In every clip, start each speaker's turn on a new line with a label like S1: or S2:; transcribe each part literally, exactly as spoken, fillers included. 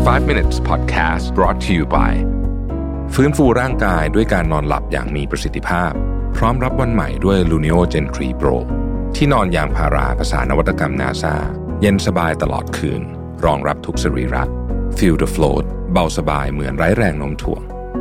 S1: five minutes podcast brought to you by ฟื้นฟูร่างกายด้วยการนอนหลับอย่างมีประสิทธิภาพพร้อมรับวันใหม่ด้วย Luno Gen ทรี Pro ที่นอนยางพาราภาษานวัตกรรม NASA เย็นสบายตลอดคืนรองรับทุกสรีระ Feel the float เบาสบายเหมือนไร้แรงโน้มถ่วง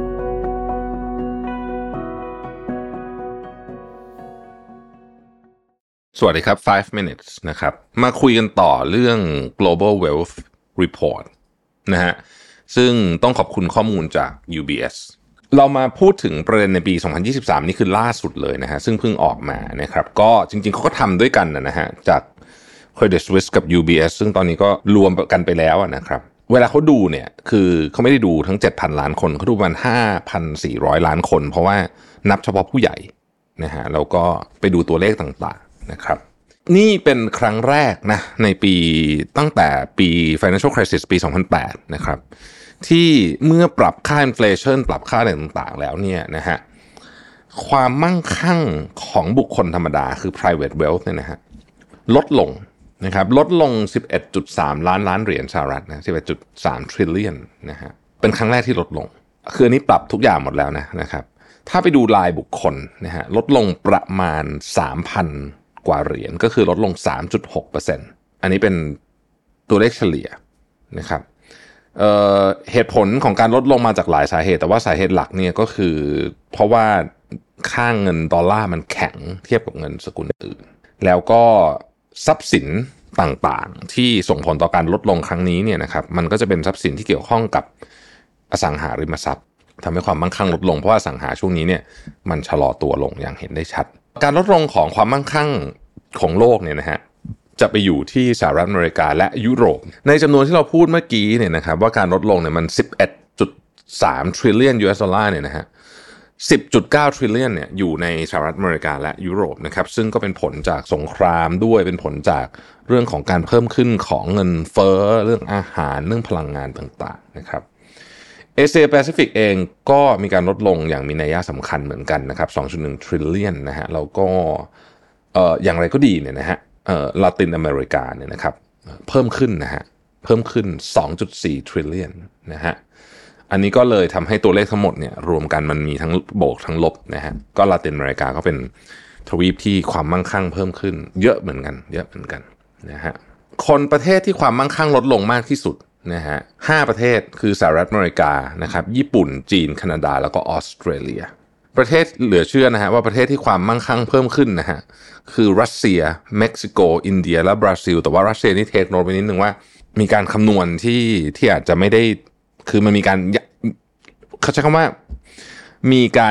S1: สวัสดีครับfive minutes นะครับมาคุยกันต่อเรื่อง Global Wealth Report นะฮะซึ่งต้องขอบคุณข้อมูลจาก ยู บี เอส เรามาพูดถึงประเด็นในปีสองพันยี่สิบสามนี่คือล่าสุดเลยนะฮะซึ่งเพิ่งออกมานะครับก็จริงๆเขาก็ทำด้วยกันนะฮะจาก Credit Suisse กับ ยู บี เอส ซึ่งตอนนี้ก็รวมกันไปแล้วนะครับเวลาเขาดูเนี่ยคือเขาไม่ได้ดูทั้ง เจ็ดพัน ล้านคนเขาดูประมาณ ห้าพันสี่ร้อย ล้านคนเพราะว่านับเฉพาะผู้ใหญ่นะฮะแล้วก็ไปดูตัวเลขต่างๆนะครับนี่เป็นครั้งแรกนะในปีตั้งแต่ปี Financial Crisis ปี สองพันแปดนะครับที่เมื่อปรับค่า inflation ปรับค่าอะไรต่างๆแล้วเนี่ยนะฮะความมั่งคั่งของบุคคลธรรมดาคือ private wealth เนี่ยนะฮะลดลงนะครับลดลง สิบเอ็ดจุดสาม ล้านล้านเหรียญสหรัฐนะ สิบเอ็ดจุดสาม trillion นะฮะเป็นครั้งแรกที่ลดลงคืออันนี้ปรับทุกอย่างหมดแล้วนะนะครับถ้าไปดูรายบุคคลนะฮะลดลงประมาณ สามพัน กว่าเหรียญก็คือลดลง สามจุดหกเปอร์เซ็นต์ อันนี้เป็นตัวเลขเฉลี่ยนะครับเอ่อเหตุผลของการลดลงมาจากหลายสาเหตุแต่ว่าสาเหตุหลักเนี่ยก็คือเพราะว่าค่าเงินดอลลาร์มันแข็งเทียบกับเงินสกุลอื่นแล้วก็ทรัพย์สินต่างๆที่ส่งผลต่อการลดลงครั้งนี้เนี่ยนะครับมันก็จะเป็นทรัพย์สินที่เกี่ยวข้องกับอสังหาริมทรัพย์ทำให้ความมั่งคั่งลดลงเพราะว่าอสังหาช่วงนี้เนี่ยมันชะลอตัวลงอย่างเห็นได้ชัดการลดลงของความมั่งคั่งของโลกเนี่ยนะฮะจะไปอยู่ที่สหรัฐอเมริกาและยุโรปในจำนวนที่เราพูดเมื่อกี้เนี่ยนะครับว่าการลดลงเนี่ยมัน สิบเอ็ดจุดสาม trillion ยู เอส ดอลลาร์เนี่ยนะฮะ สิบจุดเก้า trillion เนี่ยอยู่ในสหรัฐอเมริกาและยุโรปนะครับซึ่งก็เป็นผลจากสงครามด้วยเป็นผลจากเรื่องของการเพิ่มขึ้นของเงินเฟ้อเรื่องอาหารเรื่องพลังงานต่างๆนะครับเอเชียแปซิฟิกเองก็มีการลดลงอย่างมีนัยสำคัญเหมือนกันนะครับ สองจุดหนึ่ง trillion นะฮะแล้วก็เอ่ออย่างไรก็ดีเนี่ยนะฮะเอ่อลาตินอเมริกาเนี่ยนะครับเพิ่มขึ้นนะฮะเพิ่มขึ้น สองจุดสี่ trillion นะฮะอันนี้ก็เลยทำให้ตัวเลขทั้งหมดเนี่ยรวมกันมันมีทั้งบวกทั้งลบนะฮะก็ลาตินอเมริกาก็เป็นทวีปที่ความมั่งคั่งเพิ่มขึ้นเยอะเหมือนกันเยอะเหมือนกันนะฮะคนประเทศที่ความมั่งคั่งลดลงมากที่สุดนะฮะห้าประเทศคือสหรัฐอเมริกานะครับญี่ปุ่นจีนแคนาดาแล้วก็ออสเตรเลียประเทศเหลือเชื่อนะฮะว่าประเทศที่ความมั่งคั่งเพิ่มขึ้นนะฮะคือรัสเซียเม็กซิโกอินเดียและบราซิลแต่ว่ารัสเซียนี่เทคโนไปนิดนึงว่ามีการคำนวณที่ที่อาจจะไม่ได้คือมันมีการเขาใช้คำว่ามีการ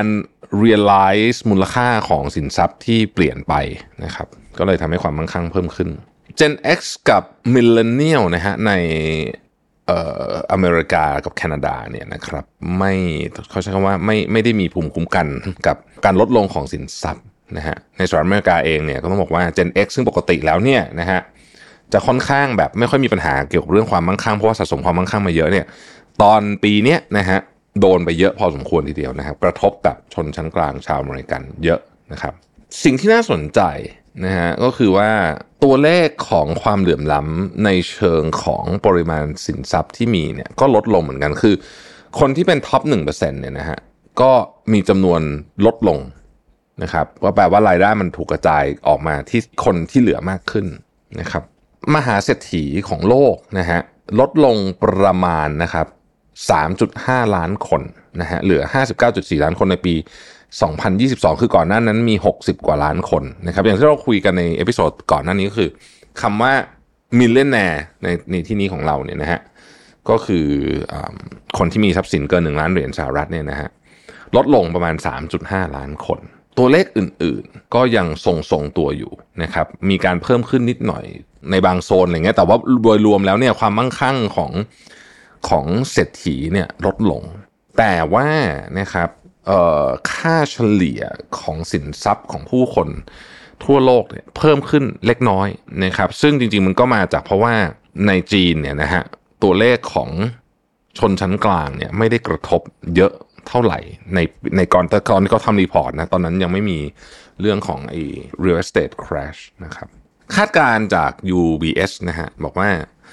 S1: realize มูลค่าของสินทรัพย์ที่เปลี่ยนไปนะครับก็เลยทำให้ความมั่งคั่งเพิ่มขึ้น Gen X กับ Millennial นะฮะในเอ่ออเมริกากับแคนาดาเนี่ยนะครับไม่เขาใช้คำว่าไม่ไม่ได้มีภูมิคุ้มกันกับการลดลงของสินทรัพย์นะฮะในสหรัฐอเมริกาเองเนี่ยก็ต้องบอกว่า Gen X ซึ่งปกติแล้วเนี่ยนะฮะจะค่อนข้างแบบไม่ค่อยมีปัญหาเกี่ยวกับเรื่องความมั่งคั่งเพราะว่าสะสมความมั่งคั่งมาเยอะเนี่ยตอนปีเนี้ยนะฮะโดนไปเยอะพอสมควรทีเดียวนะครับกระทบกับชนชั้นกลางชาวอเมริกันเยอะนะครับสิ่งที่น่าสนใจนะฮะก็คือว่าตัวเลขของความเหลื่อมล้ำในเชิงของปริมาณสินทรัพย์ที่มีเนี่ยก็ลดลงเหมือนกันคือคนที่เป็นท็อป หนึ่งเปอร์เซ็นต์ เนี่ยนะฮะก็มีจำนวนลดลงนะครับก็แปลว่ารายได้มันถูกกระจายออกมาที่คนที่เหลือมากขึ้นนะครับมหาเศรษฐีของโลกนะฮะลดลงประมาณนะครับ สามจุดห้า ล้านคนนะฮะเหลือ ห้าสิบเก้าจุดสี่ ล้านคนในปีสองพันยี่สิบสองคือก่อนหน้านั้นมีหกสิบกว่าล้านคนนะครับอย่างที่เราคุยกันในเอพิโซดก่อนหน้านี้ก็คือคำว่ามิลเลนแนร์ในในที่นี้ของเราเนี่ยนะฮะก็คือคนที่มีทรัพย์สินเกินหนึ่งล้านเหรียญสหรัฐเนี่ยนะฮะลดลงประมาณ สามจุดห้า ล้านคนตัวเลขอื่นๆก็ยังทรงๆตัวอยู่นะครับมีการเพิ่มขึ้นนิดหน่อยในบางโซนอะไรเงี้ยแต่ว่าโดยรวมแล้วเนี่ยความมั่งคั่งของของเศรษฐีเนี่ยลดลงแต่ว่านะครับเอ่อค่าเฉลี่ยของสินทรัพย์ของผู้คนทั่วโลกเนี่ยเพิ่มขึ้นเล็กน้อยนะครับซึ่งจริงๆมันก็มาจากเพราะว่าในจีนเนี่ยนะฮะตัวเลขของชนชั้นกลางเนี่ยไม่ได้กระทบเยอะเท่าไหร่ในในก่อนแต่ก่อนที่เขาทำรีพอร์ตนะตอนนั้นยังไม่มีเรื่องของไอ้ real estate crash นะครับคาดการณ์จาก ยู บี เอส นะฮะบอกว่า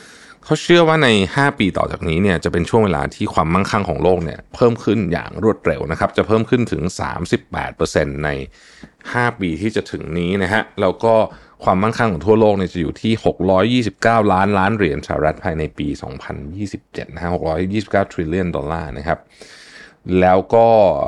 S1: เขาเชื่อว่าในห้าปีต่อจากนี้เนี่ยจะเป็นช่วงเวลาที่ความมั่งคั่งของโลกเนี่ยเพิ่มขึ้นอย่างรวดเร็วนะครับจะเพิ่มขึ้นถึง สามสิบแปดเปอร์เซ็นต์ ในห้าปีที่จะถึงนี้นะฮะแล้วก็ความมั่งคั่งของทั่วโลกเนี่ยจะอยู่ที่หกร้อยยี่สิบเก้าล้านล้านเหรียญสหรัฐภายในปีสองพันยี่สิบเจ็ดนะฮะหกร้อยยี่สิบเก้า trillion ดอลลาร์นะครับแล้วก็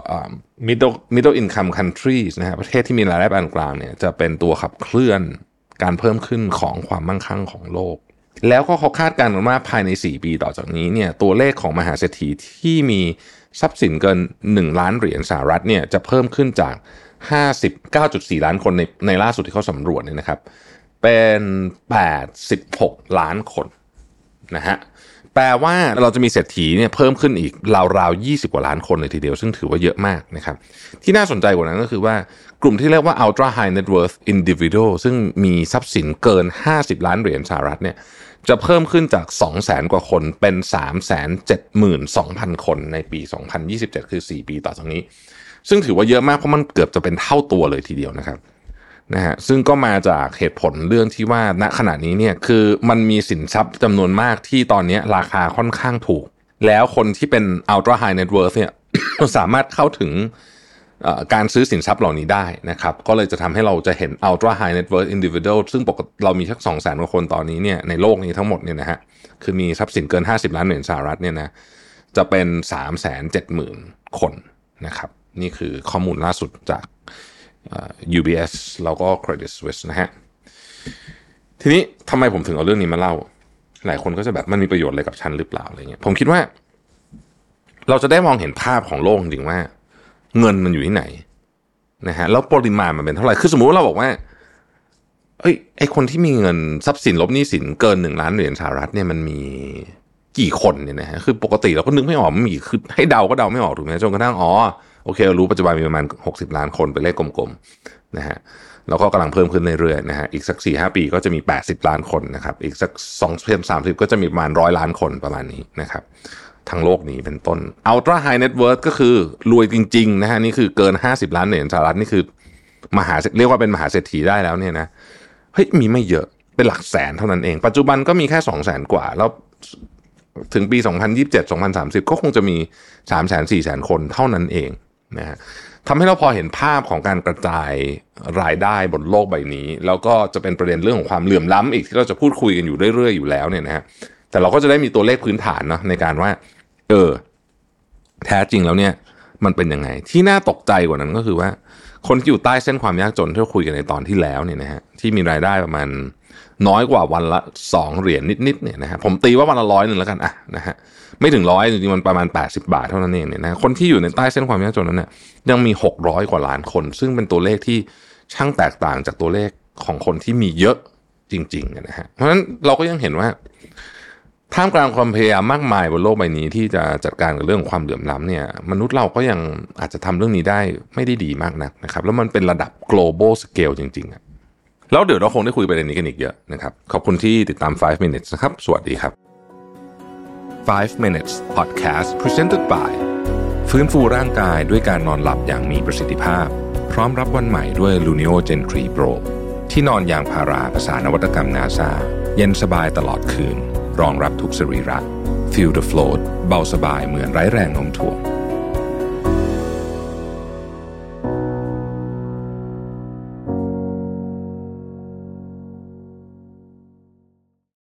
S1: middle middle income countries นะฮะประเทศที่มีรายได้ปานกลางเนี่ยจะเป็นตัวขับเคลื่อนการเพิ่มขึ้นของความมั่งคั่งของโลกแล้วก็เขาคาดการณ์กันว่าภายในสี่ปีต่อจากนี้เนี่ยตัวเลขของมหาเศรษฐีที่มีทรัพย์สินเกินหนึ่งล้านเหรียญสหรัฐเนี่ยจะเพิ่มขึ้นจาก ห้าสิบเก้าจุดสี่ ล้านคนในในล่าสุดที่เขาสำรวจเนี่ยนะครับเป็นแปดสิบหกล้านคนนะฮะแปลว่าเราจะมีเศรษฐีเนี่ยเพิ่มขึ้นอีกราวๆยี่สิบกว่าล้านคนเลยทีเดียวซึ่งถือว่าเยอะมากนะครับที่น่าสนใจกว่านั้นก็คือว่ากลุ่มที่เรียกว่า ultra high net worth individual ซึ่งมีทรัพย์สินเกินห้าสิบล้านเหรียญสหรัฐเนี่ยจะเพิ่มขึ้นจาก สองแสน กว่าคนเป็น สามแสนเจ็ดหมื่นสองพัน คนในปีสองพันยี่สิบเจ็ดคือสี่ปีต่อจากนี้ซึ่งถือว่าเยอะมากเพราะมันเกือบจะเป็นเท่าตัวเลยทีเดียวนะครับนะฮะซึ่งก็มาจากเหตุผลเรื่องที่ว่าณขณะนี้เนี่ยคือมันมีสินทรัพย์จำนวนมากที่ตอนนี้ราคาค่อนข้างถูกแล้วคนที่เป็น ultra high net worth เนี่ย สามารถเข้าถึงการซื้อสินทรัพย์เหล่านี้ได้นะครับก็เลยจะทำให้เราจะเห็น ultra high net worth individual ซึ่งปกติเรามีสัก สองแสน กว่าคนตอนนี้เนี่ยในโลกนี้ทั้งหมดเนี่ยนะฮะคือมีทรัพย์สินเกินห้าสิบล้านเหรียญสหรัฐเนี่ยนะจะเป็น สามแสนเจ็ดหมื่น คนนะครับนี่คือข้อมูลล่าสุดจากยู บี เอส แล้วก็ Credit Suisse นะฮะทีนี้ทำไมผมถึงเอาเรื่องนี้มาเล่าหลายคนก็จะแบบมันมีประโยชน์อะไรกับฉันหรือเปล่าอะไรเงี้ยผมคิดว่าเราจะได้มองเห็นภาพของโลกจริงว่าเงินมันอยู่ที่ไหนนะฮะแล้วปริมาณมันเป็นเท่าไหร่คือสมมุติว่าเราบอกว่าเอ้ยไอคนที่มีเงินทรัพย์สินลบหนี้สินเกินหนึ่งล้านเหรียญสหรัฐเนี่ยมันมีกี่คนเนี่ยนะฮะคือปกติเราก็นึกไม่ออกมันมีคือให้เดาก็เดาไม่ออกถูกไหมจนกระทั่งอ๋อโอเคเรารู้ปัจจุบันมีประมาณหกสิบล้านคนเป็นเลขกลมๆนะฮะแล้วก็กำลังเพิ่มขึ้นเรื่อยๆนะฮะอีกสัก สี่ห้า ปีก็จะมีแปดสิบล้านคนนะครับอีกสักสองถึงสามสิบก็จะมีประมาณหนึ่งร้อยล้านคนประมาณนี้นะครับทั้งโลกนี้เป็นต้น Ultra High Net Worth ก็คือรวยจริงๆนะฮะนี่คือเกินห้าสิบล้านเหรียญสหรัฐนี่คือมหาเรียกว่าเป็นมหาเศรษฐีได้แล้วเนี่ยนะเฮ้ยมีไม่เยอะเป็นหลักแสนเท่านั้นเองปัจจุบันก็มีแค่ สองแสน กว่าแล้วถึงปีสองพันยี่สิบเจ็ด สองพันสามสิบก็คงจะมี สามแสน สี่แสน คนเท่านั้นเองนะฮะทำให้เราพอเห็นภาพของการกระจายรายได้บนโลกใบนี้แล้วก็จะเป็นประเด็นเรื่องของความเหลื่อมล้ำอีกที่เราจะพูดคุยกันอยู่เรื่อยๆอยู่แล้วเนี่ยนะฮะแต่เราก็จะได้มีตัวเลขพื้นฐานเนาะในการว่าเออแท้จริงแล้วเนี่ยมันเป็นยังไงที่น่าตกใจกว่านั้นก็คือว่าคนที่อยู่ใต้เส้นความยากจนที่เราคุยกันในตอนที่แล้วเนี่ยนะฮะที่มีรายได้ประมาณน้อยกว่าวันละสองเหรียญนิดๆเนี่ยนะฮะผมตีว่าวันละร้อยนึงแล้วกันอ่ะนะฮะไม่ถึงร้อยจริงๆมันประมาณแปดสิบบาทเท่านั้นเองเนี่ยนะคนที่อยู่ในใต้เส้นความยากจนนั้นเนี่ยยังมีหกร้อยกว่าล้านคนซึ่งเป็นตัวเลขที่ช่างแตกต่างจากตัวเลขของคนที่มีเยอะจริงๆนะฮะเพราะฉะนั้นเราก็ยังเห็นว่าท่ามกลางความพยายามมากมายบนโลกใบนี้ที่จะจัดการกับเรื่องความเหลื่อมล้ำเนี่ยมนุษย์เราก็ยังอาจจะทำเรื่องนี้ได้ไม่ได้ดีมากนักนะครับแล้วมันเป็นระดับ global scale จริงๆแล้วเดี๋ยวเราคงได้คุยประเด็นนี้กันอีกเยอะนะครับขอบคุณที่ติดตามไฟว์ minutes นะครับสวัสดีครับไฟว์ minutes podcast presented by ฟื้นฟูร่างกายด้วยการนอนหลับอย่างมีประสิทธิภาพพร้อมรับวันใหม่ด้วย Lunio Gen ทรี Pro ที่นอนยางพาราภาษานวัตกรรม NASA เย็นสบายตลอดคืนรองรับทุกสรีระ Feel the float เบาสบายเหมือนไร้แรงโน้มถ่วง